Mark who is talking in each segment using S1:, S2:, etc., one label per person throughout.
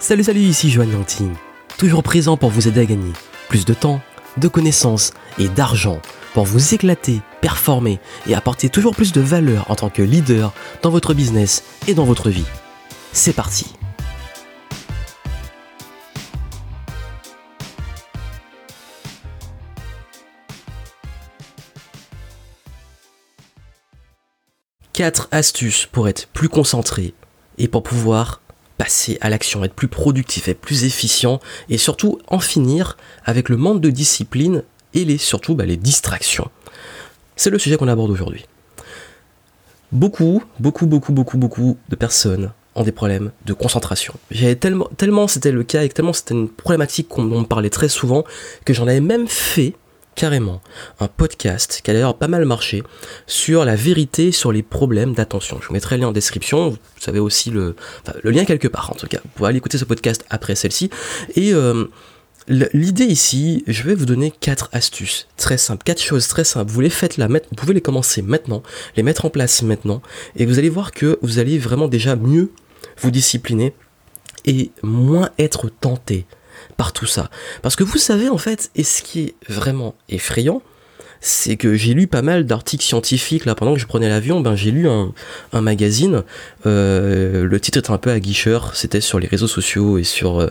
S1: Salut, ici Johan Yangting, toujours présent pour vous aider à gagner plus de temps, de connaissances et d'argent pour vous éclater, performer et apporter toujours plus de valeur en tant que leader dans votre business et dans votre vie. C'est parti! Quatre astuces pour être plus concentré et pour pouvoir passer à l'action, être plus productif, être plus efficient et surtout en finir avec le manque de discipline et les distractions. C'est le sujet qu'on aborde aujourd'hui. Beaucoup de personnes ont des problèmes de concentration. Tellement c'était le cas et tellement c'était une problématique dont on me parlait très souvent que j'en avais même fait carrément un podcast qui a d'ailleurs pas mal marché sur la vérité sur les problèmes d'attention. Je vous mettrai le lien en description, vous savez aussi le lien quelque part en tout cas. Vous pouvez aller écouter ce podcast après celle-ci. Et l'idée ici, je vais vous donner 4 astuces très simples, 4 choses très simples. Vous les faites là, vous pouvez les commencer maintenant, les mettre en place maintenant et vous allez voir que vous allez vraiment déjà mieux vous discipliner et moins être tenté par tout ça. Parce que vous savez en fait, et ce qui est vraiment effrayant, c'est que j'ai lu pas mal d'articles scientifiques là pendant que je prenais l'avion. J'ai lu un magazine, le titre était un peu aguicheur, c'était sur les réseaux sociaux et sur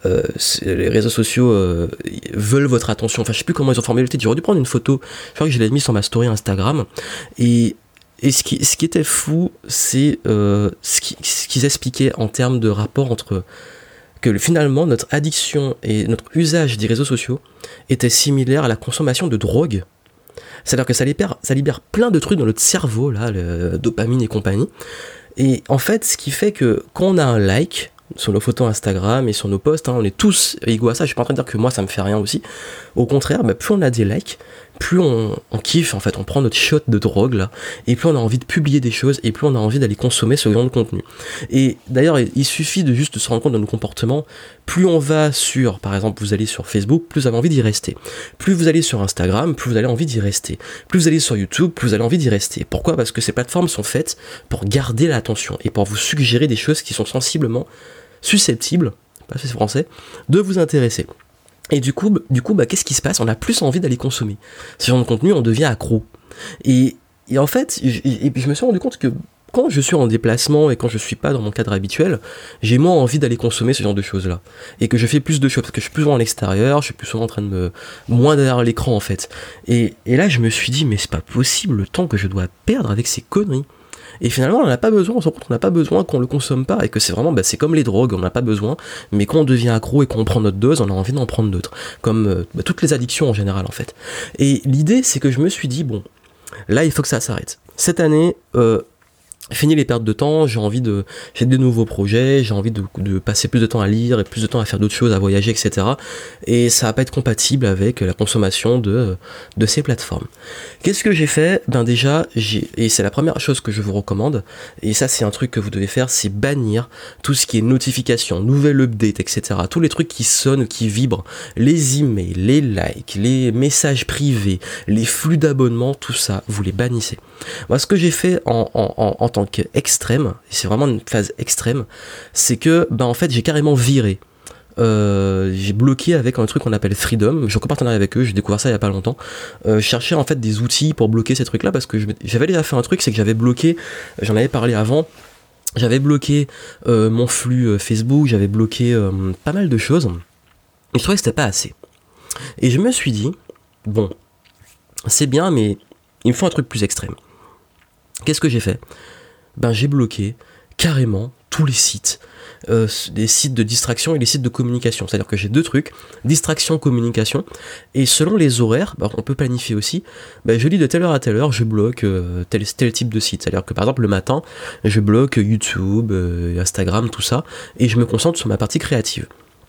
S1: les réseaux sociaux veulent votre attention. Enfin je sais plus comment ils ont formulé le titre, j'aurais dû prendre une photo, je crois que je l'ai mis sur ma story Instagram et ce qui était fou, c'est ce qu'ils expliquaient en termes de rapport entre que finalement notre addiction et notre usage des réseaux sociaux était similaire à la consommation de drogue. C'est-à-dire que ça libère plein de trucs dans notre cerveau, là, le dopamine et compagnie. Et en fait, ce qui fait que quand on a un like sur nos photos Instagram et sur nos posts, on est tous égaux à ça. Je suis pas en train de dire que moi ça me fait rien aussi. Au contraire, plus on a des likes, plus on kiffe en fait, on prend notre shot de drogue là, et plus on a envie de publier des choses, et plus on a envie d'aller consommer ce genre de contenu. Et d'ailleurs, il suffit de juste se rendre compte de nos comportements. Plus on va sur, par exemple, vous allez sur Facebook, plus vous avez envie d'y rester. Plus vous allez sur Instagram, plus vous avez envie d'y rester. Plus vous allez sur YouTube, plus vous avez envie d'y rester. Pourquoi ? Parce que ces plateformes sont faites pour garder l'attention et pour vous suggérer des choses qui sont sensiblement susceptibles, pas c'est français, de vous intéresser. Et du coup, qu'est-ce qui se passe ? On a plus envie d'aller consommer ce genre de contenu, on devient accro. Et en fait, je me suis rendu compte que quand je suis en déplacement et quand je suis pas dans mon cadre habituel, j'ai moins envie d'aller consommer ce genre de choses-là. Et que je fais plus de choses, parce que je suis plus souvent à l'extérieur, je suis plus souvent en train de moins derrière l'écran en fait. Et là, je me suis dit, mais c'est pas possible le temps que je dois perdre avec ces conneries. Et finalement, on n'a pas besoin, on se rend compte qu'on n'a pas besoin, qu'on le consomme pas, et que c'est vraiment, c'est comme les drogues, on n'a pas besoin, mais quand on devient accro et qu'on prend notre dose, on a envie d'en prendre d'autres. Comme toutes les addictions en général, en fait. Et l'idée, c'est que je me suis dit, bon, là, il faut que ça s'arrête. Cette année, fini les pertes de temps, j'ai des nouveaux projets, j'ai envie de passer plus de temps à lire et plus de temps à faire d'autres choses, à voyager, etc. Et ça va pas être compatible avec la consommation de ces plateformes. Qu'est-ce que j'ai fait ? Déjà, et c'est la première chose que je vous recommande, et ça c'est un truc que vous devez faire, c'est bannir tout ce qui est notification, nouvelle update, etc. Tous les trucs qui sonnent, qui vibrent, les emails, les likes, les messages privés, les flux d'abonnements, tout ça, vous les bannissez. Moi, ce que j'ai fait en tant qu'extrême, et c'est vraiment une phase extrême, c'est que en fait j'ai carrément viré. J'ai bloqué avec un truc qu'on appelle Freedom, je suis en partenariat avec eux, j'ai découvert ça il y a pas longtemps. Je cherchais en fait des outils pour bloquer ces trucs là parce que j'avais déjà fait un truc, c'est que j'avais bloqué, j'en avais parlé avant, j'avais bloqué mon flux Facebook, j'avais bloqué pas mal de choses, et je trouvais que c'était pas assez. Et je me suis dit, bon, c'est bien, mais il me faut un truc plus extrême. Qu'est-ce que j'ai fait ? J'ai bloqué carrément tous les sites, des sites de distraction et les sites de communication. C'est-à-dire que j'ai 2 trucs, distraction, communication, et selon les horaires, on peut planifier aussi, je lis de telle heure à telle heure, je bloque tel type de site. C'est-à-dire que par exemple le matin, je bloque YouTube, Instagram, tout ça, et je me concentre sur ma partie créative.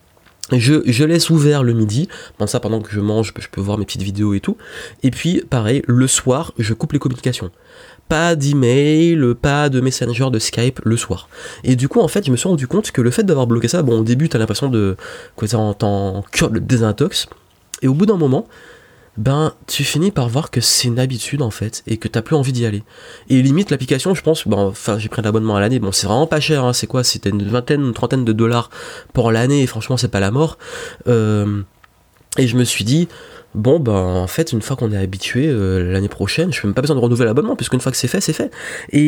S1: Je laisse ouvert le midi, pendant que je mange, je peux voir mes petites vidéos et tout, et puis pareil, le soir, je coupe les communications. Pas d'email, pas de messenger, de Skype le soir. Et du coup, en fait, je me suis rendu compte que le fait d'avoir bloqué ça, au début, t'as l'impression de t'es en cure de désintox, et au bout d'un moment, ben tu finis par voir que c'est une habitude en fait et que t'as plus envie d'y aller. Et limite l'application, je pense, bon, enfin j'ai pris un abonnement à l'année, bon c'est vraiment pas cher, hein, c'est quoi, c'était une trentaine de dollars pour l'année et franchement c'est pas la mort. Et je me suis dit, bon ben en fait une fois qu'on est habitué, l'année prochaine, je n'ai même pas besoin de renouveler l'abonnement puisqu'une fois que c'est fait, c'est fait.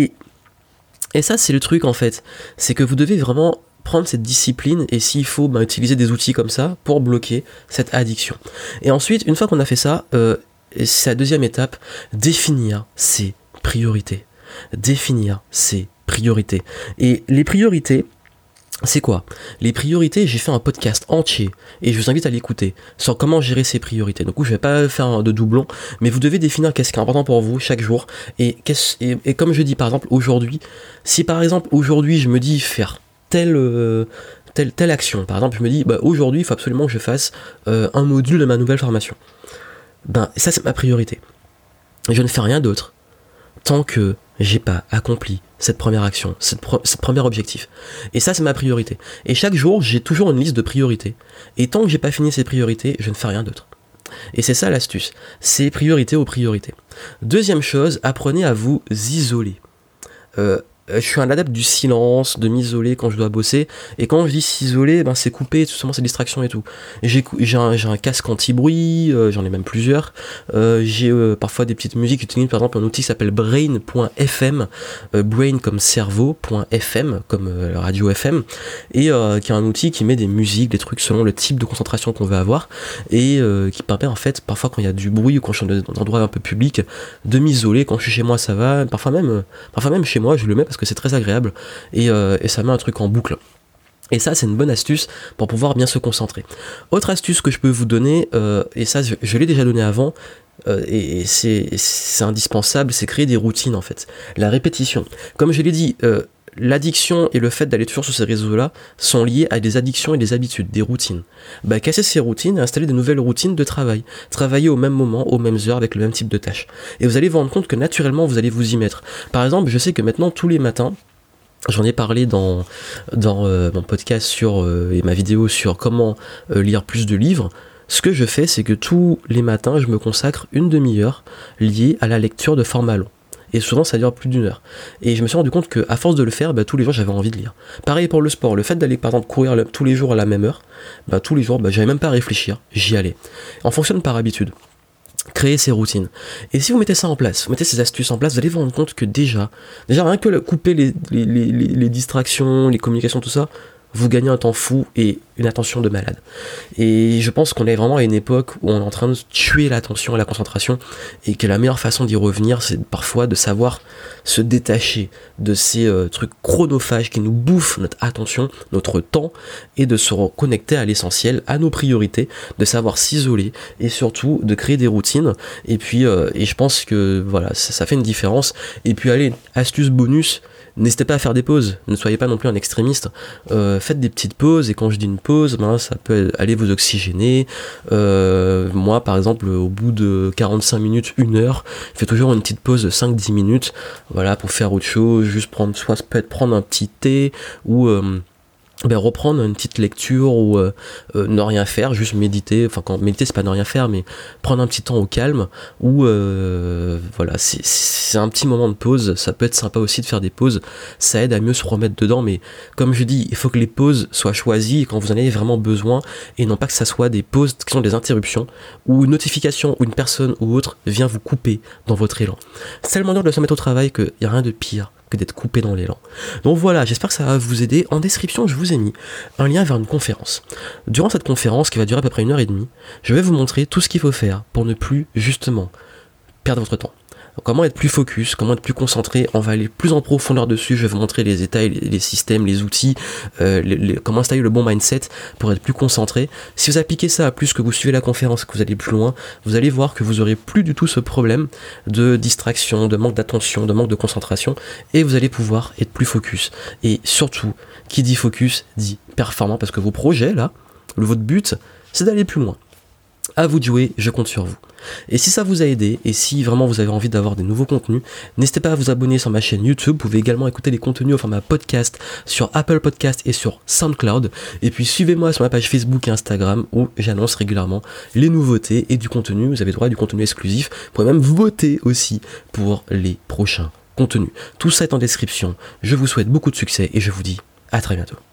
S1: Et ça c'est le truc en fait, c'est que vous devez vraiment prendre cette discipline et s'il faut utiliser des outils comme ça pour bloquer cette addiction. Et ensuite, une fois qu'on a fait ça, c'est la deuxième étape, définir ses priorités. Définir ses priorités. Et les priorités, c'est quoi ? Les priorités, j'ai fait un podcast entier et je vous invite à l'écouter sur comment gérer ses priorités. Donc je vais pas faire de doublon, mais vous devez définir qu'est-ce qui est important pour vous chaque jour et comme je dis par exemple aujourd'hui, si par exemple aujourd'hui je me dis faire telle action. Par exemple, je me dis, aujourd'hui, il faut absolument que je fasse un module de ma nouvelle formation. Ça, c'est ma priorité. Je ne fais rien d'autre tant que j'ai pas accompli cette première action, cette premier objectif. Et ça, c'est ma priorité. Et chaque jour, j'ai toujours une liste de priorités. Et tant que j'ai pas fini ces priorités, je ne fais rien d'autre. Et c'est ça l'astuce. C'est priorité aux priorités. Deuxième chose, apprenez à vous isoler. Je suis un adepte du silence, de m'isoler quand je dois bosser. Et quand je dis s'isoler, c'est couper tout simplement ces distractions et tout. J'ai un casque anti-bruit, j'en ai même plusieurs. J'ai parfois des petites musiques. J'utilise par exemple un outil qui s'appelle brain.fm, brain comme cerveau.fm, comme radio FM, et qui est un outil qui met des musiques, des trucs selon le type de concentration qu'on veut avoir, et qui permet en fait, parfois quand il y a du bruit ou quand je suis dans un endroit un peu public, de m'isoler. Quand je suis chez moi, ça va. Parfois même chez moi, je le mets parce que c'est très agréable et ça met un truc en boucle. Et ça, c'est une bonne astuce pour pouvoir bien se concentrer. Autre astuce que je peux vous donner, et ça je l'ai déjà donné avant, et c'est indispensable, c'est créer des routines en fait. La répétition. Comme je l'ai dit, l'addiction et le fait d'aller toujours sur ces réseaux-là sont liés à des addictions et des habitudes, des routines. Casser ces routines et installer de nouvelles routines de travail. Travailler au même moment, aux mêmes heures, avec le même type de tâches. Et vous allez vous rendre compte que naturellement, vous allez vous y mettre. Par exemple, je sais que maintenant, tous les matins, j'en ai parlé dans mon podcast et ma vidéo sur comment lire plus de livres. Ce que je fais, c'est que tous les matins, je me consacre une demi-heure liée à la lecture de format long. Et souvent ça dure plus d'une heure. Et je me suis rendu compte qu'à force de le faire, tous les jours j'avais envie de lire. Pareil pour le sport, le fait d'aller par exemple courir tous les jours à la même heure, tous les jours j'avais même pas à réfléchir, j'y allais. On fonctionne par habitude. Créer ces routines. Et si vous mettez ça en place, vous mettez ces astuces en place, vous allez vous rendre compte que déjà rien que couper les distractions, les communications, tout ça, vous gagnez un temps fou et une attention de malade. Et je pense qu'on est vraiment à une époque où on est en train de tuer l'attention et la concentration, et que la meilleure façon d'y revenir, c'est parfois de savoir se détacher de ces trucs chronophages qui nous bouffent notre attention, notre temps, et de se reconnecter à l'essentiel, à nos priorités, de savoir s'isoler, et surtout de créer des routines. Et puis, et je pense que voilà, ça fait une différence. Et puis allez, astuce bonus, n'hésitez pas à faire des pauses, ne soyez pas non plus un extrémiste, faites des petites pauses, et quand je dis une pause, ça peut aller vous oxygéner. Moi par exemple, au bout de 45 minutes, 1 heure, je fais toujours une petite pause de 5-10 minutes, voilà, pour faire autre chose, juste peut-être prendre un petit thé, ou reprendre une petite lecture, ou ne rien faire, juste méditer. Enfin, quand méditer, c'est pas ne rien faire, mais prendre un petit temps au calme, ou voilà, c'est un petit moment de pause. Ça peut être sympa aussi de faire des pauses, ça aide à mieux se remettre dedans. Mais comme je dis, il faut que les pauses soient choisies quand vous en avez vraiment besoin, et non pas que ça soit des pauses qui sont des interruptions, ou une notification, ou une personne ou autre vient vous couper dans votre élan. C'est tellement dur de se mettre au travail qu'il n'y a rien de pire que d'être coupé dans l'élan. Donc voilà, j'espère que ça va vous aider. En description, je vous ai mis un lien vers une conférence. Durant cette conférence, qui va durer à peu près 1h30, je vais vous montrer tout ce qu'il faut faire pour ne plus, justement, perdre votre temps. Comment être plus focus, comment être plus concentré, on va aller plus en profondeur dessus, je vais vous montrer les états, les systèmes, les outils, comment installer le bon mindset pour être plus concentré. Si vous appliquez ça à plus, que vous suivez la conférence, que vous allez plus loin, vous allez voir que vous aurez plus du tout ce problème de distraction, de manque d'attention, de manque de concentration, et vous allez pouvoir être plus focus. Et surtout, qui dit focus, dit performant, parce que vos projets là, votre but, c'est d'aller plus loin. À vous de jouer, je compte sur vous. Et si ça vous a aidé, et si vraiment vous avez envie d'avoir des nouveaux contenus, n'hésitez pas à vous abonner sur ma chaîne YouTube. Vous pouvez également écouter les contenus au format podcast sur Apple Podcast et sur SoundCloud. Et puis suivez-moi sur ma page Facebook et Instagram où j'annonce régulièrement les nouveautés et du contenu. Vous avez droit à du contenu exclusif. Vous pouvez même voter aussi pour les prochains contenus. Tout ça est en description. Je vous souhaite beaucoup de succès et je vous dis à très bientôt.